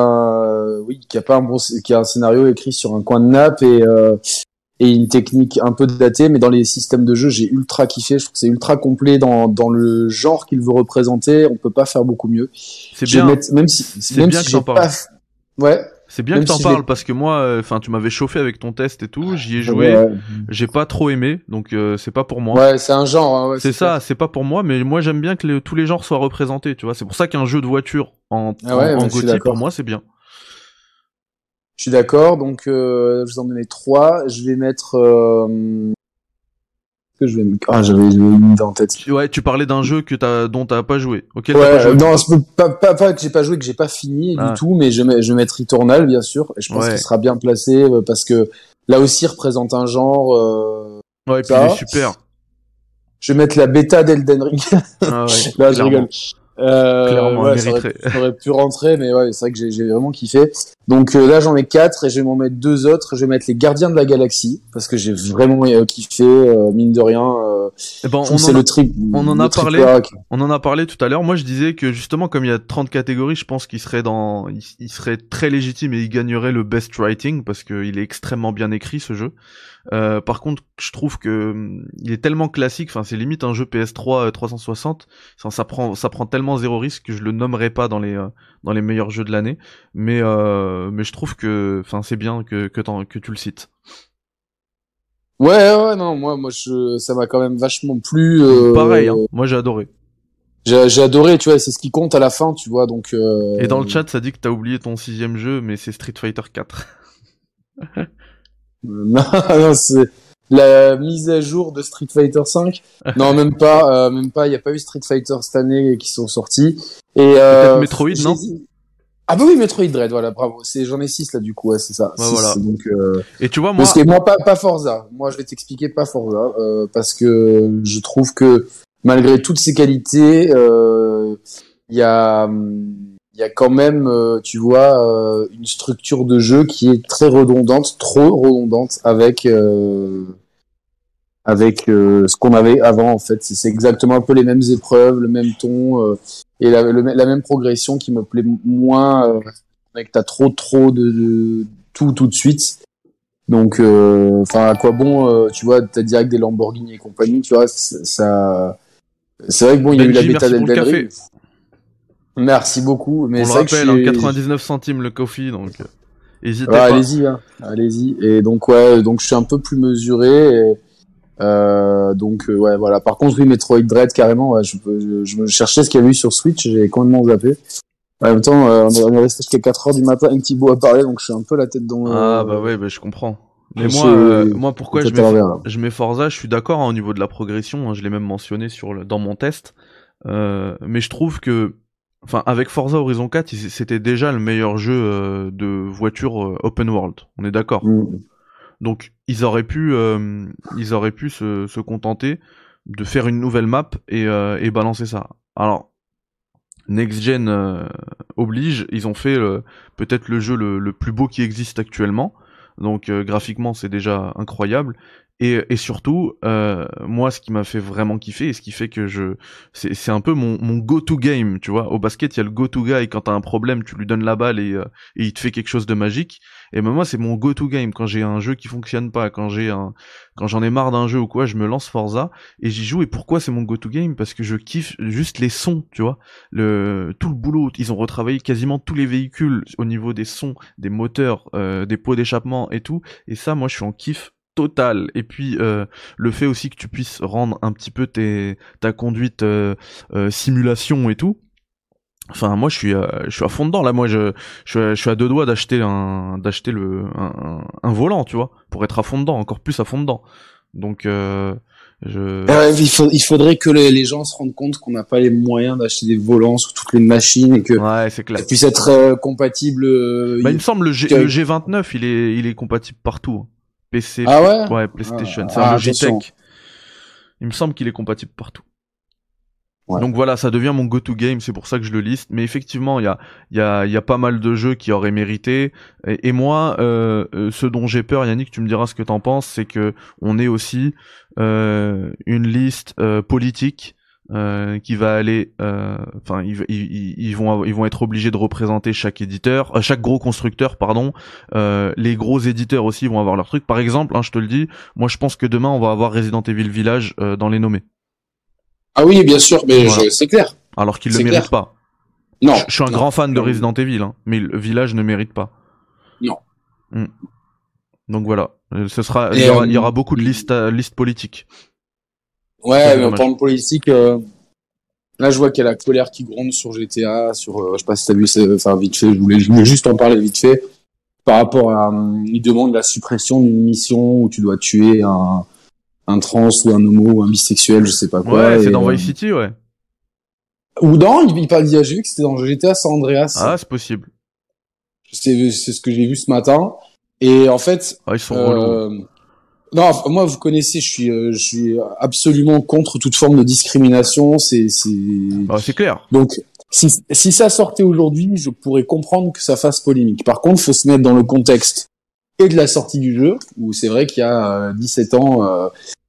un scénario écrit sur un coin de nappe, et une technique un peu datée, mais dans les systèmes de jeu, j'ai ultra kiffé. Je trouve que c'est ultra complet dans le genre qu'il veut représenter. On peut pas faire beaucoup mieux. C'est bien. Même si j'en parle. Ouais. C'est bien que t'en parles, parce que moi, enfin, tu m'avais chauffé avec ton test et tout, j'y ai joué, j'ai pas trop aimé, donc c'est pas pour moi. Ouais, c'est un genre. Hein, ouais, c'est ça, c'est pas pour moi, mais moi j'aime bien que tous les genres soient représentés, tu vois. C'est pour ça qu'un jeu de voiture en GOTY, pour moi, c'est bien. Je suis d'accord, donc je vous en donner 3. Je vais mettre... j'avais une idée en tête. Ouais, tu parlais d'un jeu dont t'as pas joué. Auquel ouais, t'as pas joué. Non, pas que j'ai pas joué, que j'ai pas fini du tout, mais je vais mettre Returnal, bien sûr, et je pense qu'il sera bien placé, parce que là aussi il représente un genre. Ouais, et puis il est super. Je vais mettre la bêta d'Elden Ring. Ah ouais, là, je rigole. Clairement, ça aurait pu rentrer, mais ouais, c'est vrai que j'ai vraiment kiffé. Donc là, j'en ai 4 et je vais m'en mettre 2 autres. Je vais mettre les Gardiens de la Galaxie, parce que j'ai vraiment kiffé, mine de rien. Eh ben, je trouve que c'est le trip. on en a le triple parlé. A. On en a parlé tout à l'heure. Moi, je disais que justement, comme il y a 30 catégories, je pense qu'il serait il serait très légitime et il gagnerait le best writing parce qu'il est extrêmement bien écrit ce jeu. Par contre, je trouve que il est tellement classique. Enfin, c'est limite un jeu PS3 360. Ça prend tellement zéro risque que je le nommerai pas dans les meilleurs jeux de l'année. Mais je trouve que, enfin, c'est bien que tu le cites. Ouais, non, moi, ça m'a quand même vachement plu. Pareil, hein. Moi, j'ai adoré. J'ai adoré, tu vois, c'est ce qui compte à la fin, tu vois, donc. Et dans le chat, ça dit que t'as oublié ton 6ème jeu, mais c'est Street Fighter 4. Non, non, c'est la mise à jour de Street Fighter 5. Non, même pas, même pas. Il y a pas eu Street Fighter cette année qui sont sortis. Et Peut-être Metroid, non? Ah bah oui, Metroid Dread, voilà, bravo. J'en ai 6 là du coup, ouais, c'est ça. Ouais, 6, voilà. donc. Et tu vois moi. Parce que moi pas Forza. Moi, je vais t'expliquer pas Forza, parce que je trouve que malgré toutes ses qualités, il y a quand même, tu vois, une structure de jeu qui est très redondante, trop redondante avec ce qu'on avait avant en fait. C'est exactement un peu les mêmes épreuves, le même ton et la même progression qui me plaît moins avec t'as trop de tout de suite. Donc, enfin, à quoi bon, tu vois, t'as direct des Lamborghini et compagnie, tu vois, ça. C'est vrai que bon, il y a eu la Benji, bêta merci pour le d'Elden café. Ring. Merci beaucoup, mais On le c'est vrai que rappelle, hein, 99 centimes le coffee, donc hésitez ouais, pas. allez-y, hein. Allez-y. Et donc ouais, donc je suis un peu plus mesuré. Et, ouais, voilà. Par contre, oui, Metroid Dread carrément. Ouais, je me cherchais ce qu'il y avait eu sur Switch, j'ai complètement zappé. En même temps, on est resté jusqu'à 4 heures du matin avec Thibaut à parler, donc je suis un peu la tête dans. Ah bah ouais, bah je comprends. Mais J'ai- moi pourquoi tête à l'envers, là. je mets Forza, je suis d'accord hein, au niveau de la progression, hein, je l'ai même mentionné dans mon test. Mais je trouve que, enfin, avec Forza Horizon 4, c'était déjà le meilleur jeu de voiture open world. On est d'accord. Mm. Donc ils auraient pu se contenter de faire une nouvelle map et balancer ça. Alors Next Gen oblige, ils ont fait peut-être le jeu le plus beau qui existe actuellement. Donc graphiquement c'est déjà incroyable. Et surtout, moi ce qui m'a fait vraiment kiffer et ce qui fait que c'est un peu mon go-to game, tu vois. Au basket, il y a le go-to guy, quand t'as un problème, tu lui donnes la balle et il te fait quelque chose de magique. Et ben moi c'est mon go-to game quand j'ai un jeu qui fonctionne pas, quand j'en ai marre d'un jeu ou quoi, je me lance Forza et j'y joue. Et pourquoi c'est mon go-to game? Parce que je kiffe juste les sons, tu vois. Tout le boulot, ils ont retravaillé quasiment tous les véhicules au niveau des sons, des moteurs, des pots d'échappement et tout. Et ça, moi, je suis en kiff total. Et puis le fait aussi que tu puisses rendre un petit peu ta conduite simulation et tout. Enfin, moi, je suis à fond dedans là. Moi, je suis à deux doigts d'acheter un volant, tu vois, pour être à fond dedans, encore plus à fond dedans. Donc, Il faudrait que les gens se rendent compte qu'on n'a pas les moyens d'acheter des volants sur toutes les machines et que ouais, c'est clair. ça puisse être compatible. Bah, il me semble le G29, il est compatible partout. Hein. PC, Ah ouais? ouais, PlayStation, c'est un attention. Logitech. Il me semble qu'il est compatible partout. Ouais. Donc voilà, ça devient mon go-to game, c'est pour ça que je le liste. Mais effectivement, il y a pas mal de jeux qui auraient mérité. Et moi, ce dont j'ai peur, Yannick, tu me diras ce que t'en penses, c'est que on ait aussi une liste politique qui va aller, enfin, ils vont être obligés de représenter chaque éditeur, chaque gros constructeur, pardon. Les gros éditeurs aussi vont avoir leur truc. Par exemple, hein, je te le dis, moi je pense que demain on va avoir Resident Evil Village dans les nommés. Ah oui, bien sûr, mais Voilà. c'est clair. Alors qu'il le C'est mérite clair. pas. Non. Je suis un grand fan de Resident Evil, hein, mais le Village ne mérite pas. Non. Donc voilà, Et, il y aura beaucoup de listes politiques. Ouais, Ça, mais en dommage. parlant de politique, là je vois qu'il y a la colère qui gronde sur GTA, sur, je sais pas si t'as vu, enfin vite fait, je voulais juste en parler vite fait, par rapport à, ils demandent la suppression d'une mission où tu dois tuer un trans ou un homo ou un bisexuel, je sais pas quoi. Ouais, c'est et, dans Vice City, ouais. Ou dans, il parle, j'ai vu que c'était dans GTA San Andreas. Ah, c'est possible. C'est ce que j'ai vu ce matin. Et en fait, Ah, ils sont relous. non, moi, vous connaissez, je suis absolument contre toute forme de discrimination. Ah, c'est clair. Donc, si ça sortait aujourd'hui, je pourrais comprendre que ça fasse polémique. Par contre, faut se mettre dans le contexte et de la sortie du jeu, où c'est vrai qu'il y a 17 ans,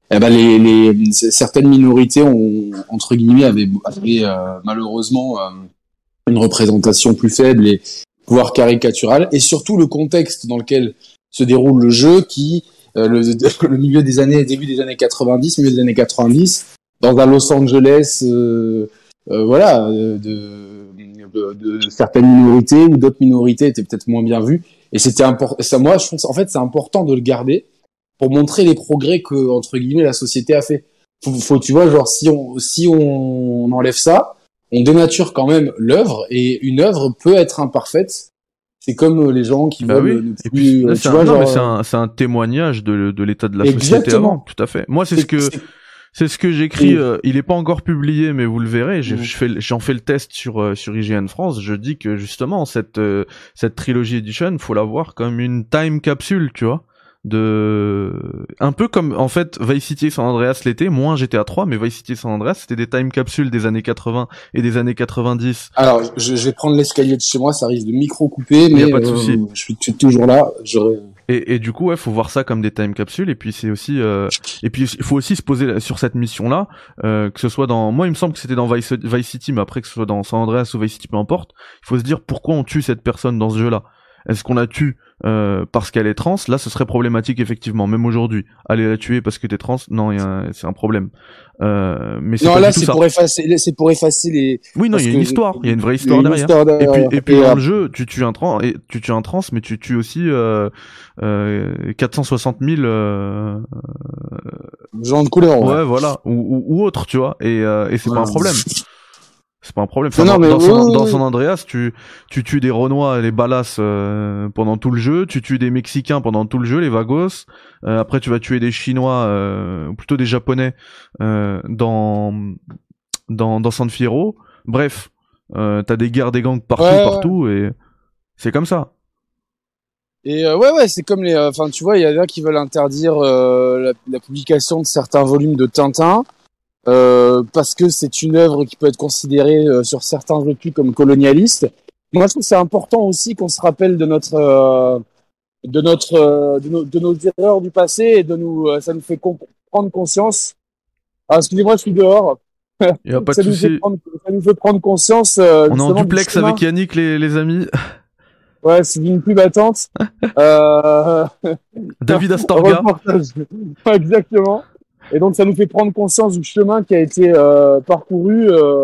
eh ben certaines minorités ont entre guillemets avaient malheureusement une représentation plus faible et voire caricaturale, et surtout le contexte dans lequel se déroule le jeu, qui le milieu des années, début des années 90, milieu des années 90, dans un Los Angeles, voilà, de certaines minorités, ou d'autres minorités étaient peut-être moins bien vues, et c'était important. Ça, moi, je pense, en fait, c'est important de le garder pour montrer les progrès que, entre guillemets, la société a fait. Tu vois, genre, si on enlève ça, on dénature quand même l'œuvre, et une œuvre peut être imparfaite. C'est comme les gens qui veulent ne et puis, plus, c'est un témoignage de l'état de la société avant, tout à fait. Moi, c'est ce que j'écris. Il est pas encore publié, mais vous le verrez. J'en fais le test sur IGN France. Je dis que justement cette Trilogy Edition, faut la voir comme une time capsule, tu vois. Un peu comme en fait Vice City et San Andreas l'été, moins GTA 3, mais Vice City et San Andreas c'était des time capsules des années 80 et des années 90. Alors je vais prendre l'escalier de chez moi, ça risque de micro couper, mais y a pas de souci. Je suis toujours là. Et du coup, ouais, faut voir ça comme des time capsules. Et puis c'est aussi, et puis il faut aussi se poser sur cette mission-là, que ce soit moi, il me semble que c'était dans Vice City, mais après que ce soit dans San Andreas ou Vice City, peu importe. Il faut se dire pourquoi on tue cette personne dans ce jeu-là. Est-ce qu'on la tue parce qu'elle est trans? Là, ce serait problématique effectivement, même aujourd'hui. Aller la tuer parce que t'es trans, non, c'est un problème. Mais c'est non, là, c'est pour effacer les. Oui, non, il y a une histoire, il y a une vraie histoire derrière. Et puis dans le jeu, tu tues un trans, mais tu tues aussi 460 000 gens de couleur. Ouais, voilà, ou autre, tu vois. Et c'est pas un problème. C'est pas un problème. Enfin, dans San Andreas, tu tues des Renois, les Balas pendant tout le jeu, tu tues des Mexicains pendant tout le jeu, les Vagos. Après, tu vas tuer des Chinois, ou plutôt des Japonais dans San Fierro. Bref, t'as des guerres, des gangs partout, et c'est comme ça. Et c'est comme enfin, tu vois, il y en a qui veulent interdire la publication de certains volumes de Tintin. Parce que c'est une œuvre qui peut être considérée sur certains opus comme colonialiste. Moi, je trouve que c'est important aussi qu'on se rappelle de nos erreurs du passé, et ça nous fait prendre conscience. Ah, excusez-moi, je suis dehors. Y a pas de souci. Ça nous fait prendre conscience. On est en duplex avec Yannick, les amis. Ouais, c'est une pub battante. David Astorga. Exactement. Et donc, ça nous fait prendre conscience du chemin qui a été parcouru.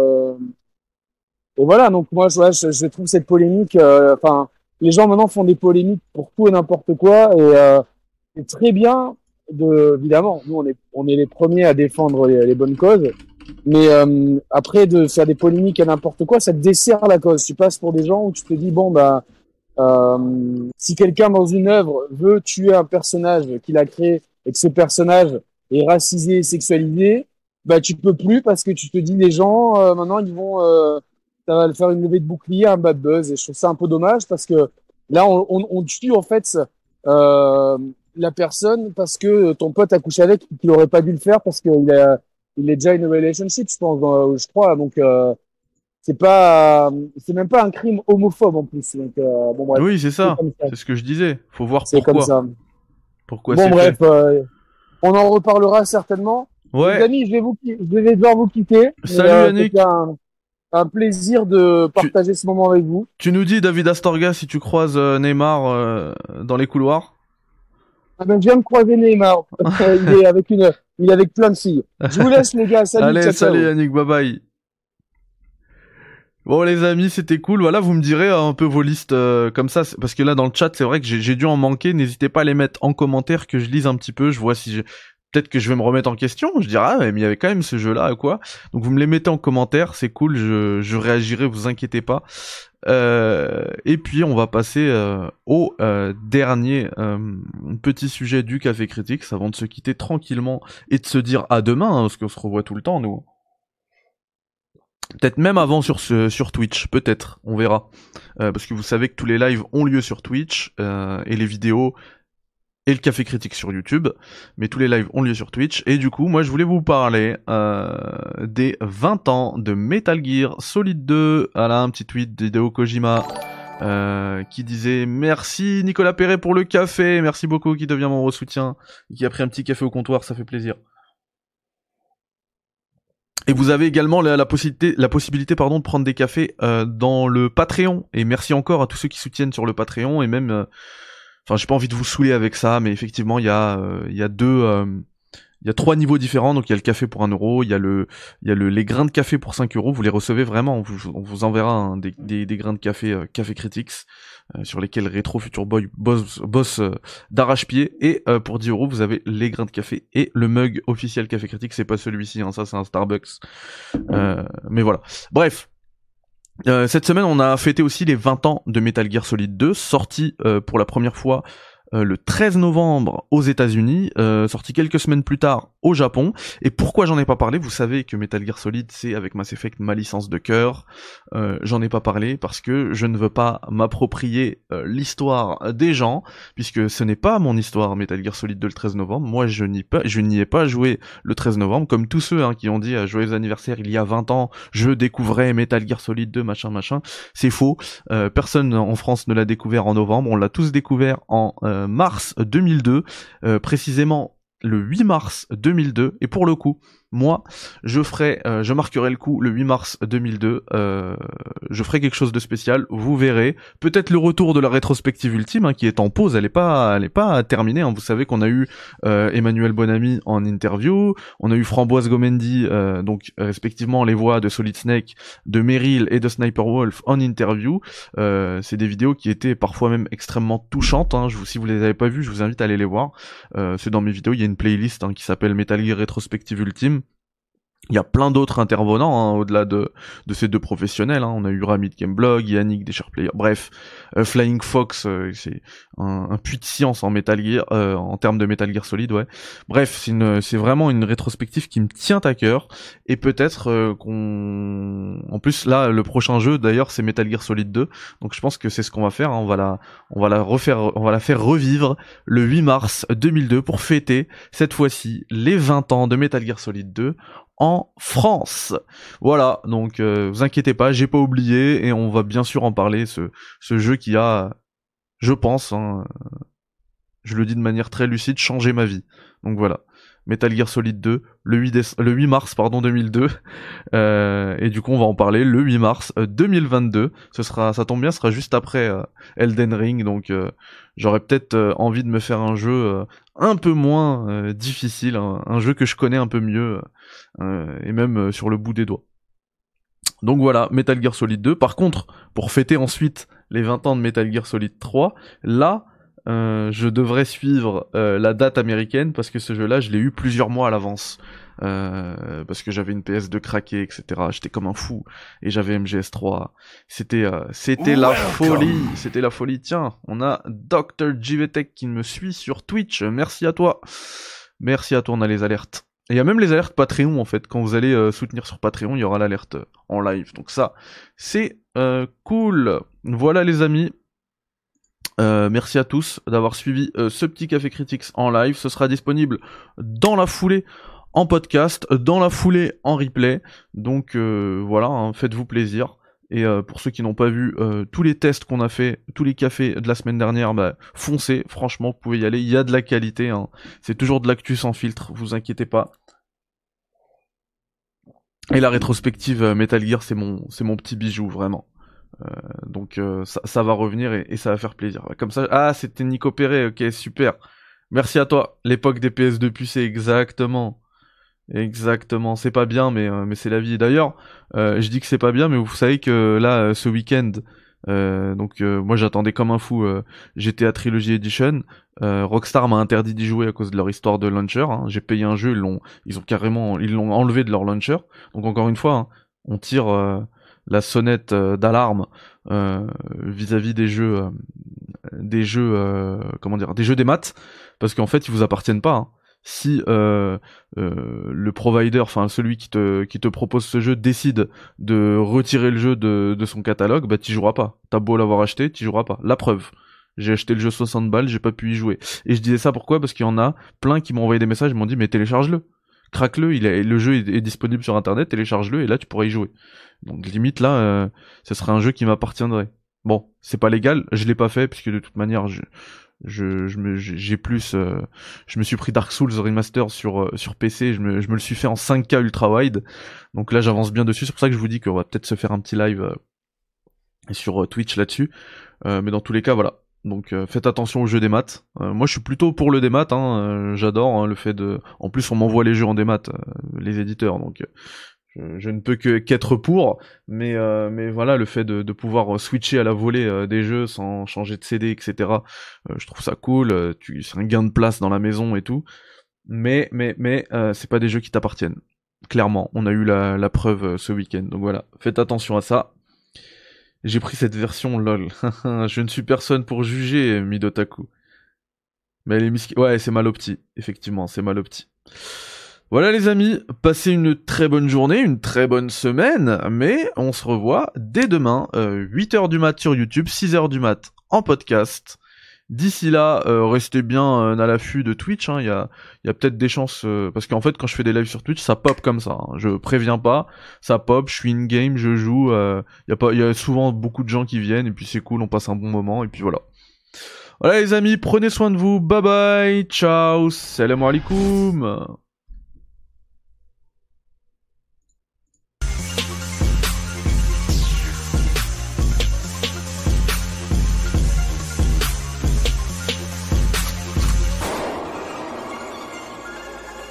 Et voilà, donc moi, je trouve cette polémique... Enfin, les gens maintenant font des polémiques pour tout et n'importe quoi. Et c'est très bien, évidemment, nous, on est les premiers à défendre les bonnes causes. Mais après, de faire des polémiques à n'importe quoi, ça te dessert la cause. Tu passes pour des gens où tu te dis, bon, bah... si quelqu'un dans une œuvre veut tuer un personnage qu'il a créé, et que ce personnage est racisé, sexualisé, bah tu peux plus, parce que tu te dis les gens maintenant ils vont ça va faire une levée de bouclier, un bad buzz, et je trouve ça un peu dommage, parce que là on tue en fait la personne parce que ton pote a couché avec, qu'il aurait pas dû le faire parce qu'il il est déjà in a relationship, je pense, je crois, donc c'est même pas un crime homophobe en plus, donc bon bref. Oui, c'est ça. C'est ce que je disais. Faut voir c'est pourquoi. Comme ça. Pourquoi bon c'est bref, fait. On en reparlera certainement. Ouais. Les amis, je vais devoir vous quitter. Salut Yannick. C'était un plaisir de partager ce moment avec vous. Tu nous dis, David Astorga, si tu croises Neymar dans les couloirs. Ah ben, je viens de croiser Neymar. il est avec plein de filles. Je vous laisse les gars. Salut. Allez, salut ciao. Yannick, bye bye. Bon les amis, c'était cool. Voilà, vous me direz un peu vos listes comme ça, parce que là dans le chat, c'est vrai que j'ai dû en manquer. N'hésitez pas à les mettre en commentaire, que je lise un petit peu. Je vois si peut-être que je vais me remettre en question. Je dirais mais il y avait quand même ce jeu-là, quoi. Donc vous me les mettez en commentaire, c'est cool. Je réagirai, vous inquiétez pas. Et puis on va passer au dernier petit sujet du Café Critique, avant de se quitter tranquillement et de se dire à demain, hein, parce qu'on se revoit tout le temps, nous. Peut-être même avant sur Twitch, peut-être, on verra. Parce que vous savez que tous les lives ont lieu sur Twitch, et les vidéos et le Café Critique sur YouTube, mais tous les lives ont lieu sur Twitch, et du coup, moi je voulais vous parler des 20 ans de Metal Gear Solid 2. Voilà, un petit tweet d'Hideo Kojima qui disait « Merci Nicolas Perret pour le café, merci beaucoup, qui devient mon soutien, et qui a pris un petit café au comptoir, ça fait plaisir. » Et vous avez également la possibilité pardon, de prendre des cafés dans le Patreon. Et merci encore à tous ceux qui soutiennent sur le Patreon. Et même, enfin, j'ai pas envie de vous saouler avec ça, mais effectivement, il y a trois niveaux différents. Donc il y a le café pour 1€, il y a les grains de café pour 5€. Vous les recevez vraiment. On vous enverra des grains de café Café Critics sur lesquels Retro Future Boy bosse d'arrache-pied. Et pour 10€, vous avez les grains de café et le mug officiel Café Critics. C'est pas celui-ci, hein, ça c'est un Starbucks. Mais voilà. Bref. Cette semaine, on a fêté aussi les 20 ans de Metal Gear Solid 2, sorti pour la première fois le 13 novembre aux États-Unis, sorti quelques semaines plus tard au Japon. Et pourquoi j'en ai pas parlé? Vous savez que Metal Gear Solid, c'est avec Mass Effect ma licence de cœur. J'en ai pas parlé parce que je ne veux pas m'approprier l'histoire des gens, puisque ce n'est pas mon histoire Metal Gear Solid 2 le 13 novembre. Moi, je n'y ai pas joué le 13 novembre, comme tous ceux qui ont dit joyeux anniversaire il y a 20 ans, je découvrais Metal Gear Solid 2, machin. C'est faux. Personne en France ne l'a découvert en novembre. On l'a tous découvert en mars 2002, précisément le 8 mars 2002, et pour le coup, moi, je marquerai le coup le 8 mars 2002, je ferai quelque chose de spécial, vous verrez, peut-être le retour de la rétrospective ultime, qui est en pause, elle est pas terminée, vous savez qu'on a eu Emmanuel Bonamy en interview, on a eu Framboise Gomendi, donc respectivement les voix de Solid Snake, de Meryl et de Sniper Wolf en interview, c'est des vidéos qui étaient parfois même extrêmement touchantes, si vous les avez pas vues, je vous invite à aller les voir, c'est dans mes vidéos, il y a une playlist qui s'appelle Metal Gear Rétrospective Ultime. Il y a plein d'autres intervenants au-delà de ces deux professionnels. On a eu Rami de Gameblog, Yannick des SharePlayers, bref, Flying Fox, c'est un puits de science en Metal Gear, en termes de Metal Gear Solid, ouais. Bref, c'est vraiment une rétrospective qui me tient à cœur, et peut-être en plus là, le prochain jeu d'ailleurs, c'est Metal Gear Solid 2, donc je pense que c'est ce qu'on va faire. On va la faire revivre le 8 mars 2002 pour fêter cette fois-ci les 20 ans de Metal Gear Solid 2. En France. Voilà, donc vous inquiétez pas, j'ai pas oublié, et on va bien sûr en parler, ce jeu qui a, je pense, je le dis de manière très lucide, changé ma vie. Donc voilà, Metal Gear Solid 2, le 8 mars 2002, et du coup on va en parler le 8 mars 2022, ça tombe bien, ce sera juste après Elden Ring, donc j'aurais peut-être envie de me faire un jeu un peu moins difficile, un jeu que je connais un peu mieux, et même sur le bout des doigts. Donc voilà, Metal Gear Solid 2. Par contre, pour fêter ensuite les 20 ans de Metal Gear Solid 3, là, je devrais suivre la date américaine, parce que ce jeu-là, je l'ai eu plusieurs mois à l'avance. Parce que j'avais une PS2 craquée, etc. J'étais comme un fou, et j'avais MGS3. C'était la folie. C'était la folie. Tiens, on a Dr. JVTech qui me suit sur Twitch. Merci à toi. Merci à toi, on a les alertes. Et il y a même les alertes Patreon, en fait. Quand vous allez soutenir sur Patreon, il y aura l'alerte en live. Donc ça, c'est cool. Voilà les amis. Merci à tous d'avoir suivi ce petit Café Critics en live. Ce sera disponible dans la foulée en podcast, dans la foulée en replay. Donc voilà, faites-vous plaisir. Et pour ceux qui n'ont pas vu tous les tests qu'on a fait, tous les cafés de la semaine dernière, foncez, franchement, vous pouvez y aller, il y a de la qualité, c'est toujours de l'actu sans filtre, vous inquiétez pas. Et la rétrospective Metal Gear, c'est mon petit bijou, vraiment. Donc ça va revenir, et ça va faire plaisir. Comme ça, c'était Nico Perret, ok, super. Merci à toi, l'époque des PS2 pucés, exactement. Exactement, c'est pas bien, mais c'est la vie. D'ailleurs, je dis que c'est pas bien, mais vous savez que là, ce week-end, moi j'attendais comme un fou GTA Trilogy Edition. Rockstar m'a interdit d'y jouer à cause de leur histoire de launcher. J'ai payé un jeu, ils l'ont enlevé de leur launcher. Donc encore une fois, on tire la sonnette d'alarme vis-à-vis des jeux, des jeux des maths, parce qu'en fait ils vous appartiennent pas. Si le provider, enfin celui qui te propose ce jeu, décide de retirer le jeu de son catalogue, t'y joueras pas. T'as beau l'avoir acheté, t'y joueras pas. La preuve, j'ai acheté le jeu 60 balles, j'ai pas pu y jouer. Et je disais ça pourquoi? Parce qu'il y en a plein qui m'ont envoyé des messages, ils m'ont dit mais télécharge-le, craque-le, le jeu est disponible sur internet, télécharge-le et là tu pourras y jouer. Donc limite là, ce serait un jeu qui m'appartiendrait. Bon, c'est pas légal, je l'ai pas fait puisque de toute manière j'ai plus, je me suis pris Dark Souls Remaster sur PC, je me le suis fait en 5K ultra wide, donc là j'avance bien dessus, c'est pour ça que je vous dis qu'on va peut-être se faire un petit live sur Twitch là-dessus, mais dans tous les cas voilà. Donc faites attention aux jeux des maths. Moi je suis plutôt pour le démat, j'adore le fait de. En plus on m'envoie les jeux en démat, les éditeurs, donc je ne peux qu'être pour. Mais voilà, le fait de pouvoir switcher à la volée des jeux sans changer de CD, etc. Je trouve ça cool. C'est un gain de place dans la maison et tout. Mais c'est pas des jeux qui t'appartiennent. Clairement, on a eu la preuve ce week-end. Donc voilà, faites attention à ça. J'ai pris cette version lol. Je ne suis personne pour juger, Midotaku. Mais elle est ouais, c'est mal au petit. Effectivement, c'est mal au petit. Voilà les amis, passez une très bonne journée, une très bonne semaine, mais on se revoit dès demain, 8h du mat sur YouTube, 6h du mat en podcast. D'ici là, restez bien à l'affût de Twitch, il y a peut-être des chances, parce qu'en fait quand je fais des lives sur Twitch, ça pop comme ça, je préviens pas, ça pop, je suis in-game, je joue, il y a souvent beaucoup de gens qui viennent, et puis c'est cool, on passe un bon moment, et puis voilà. Voilà les amis, prenez soin de vous, bye bye, ciao, salam alaikum.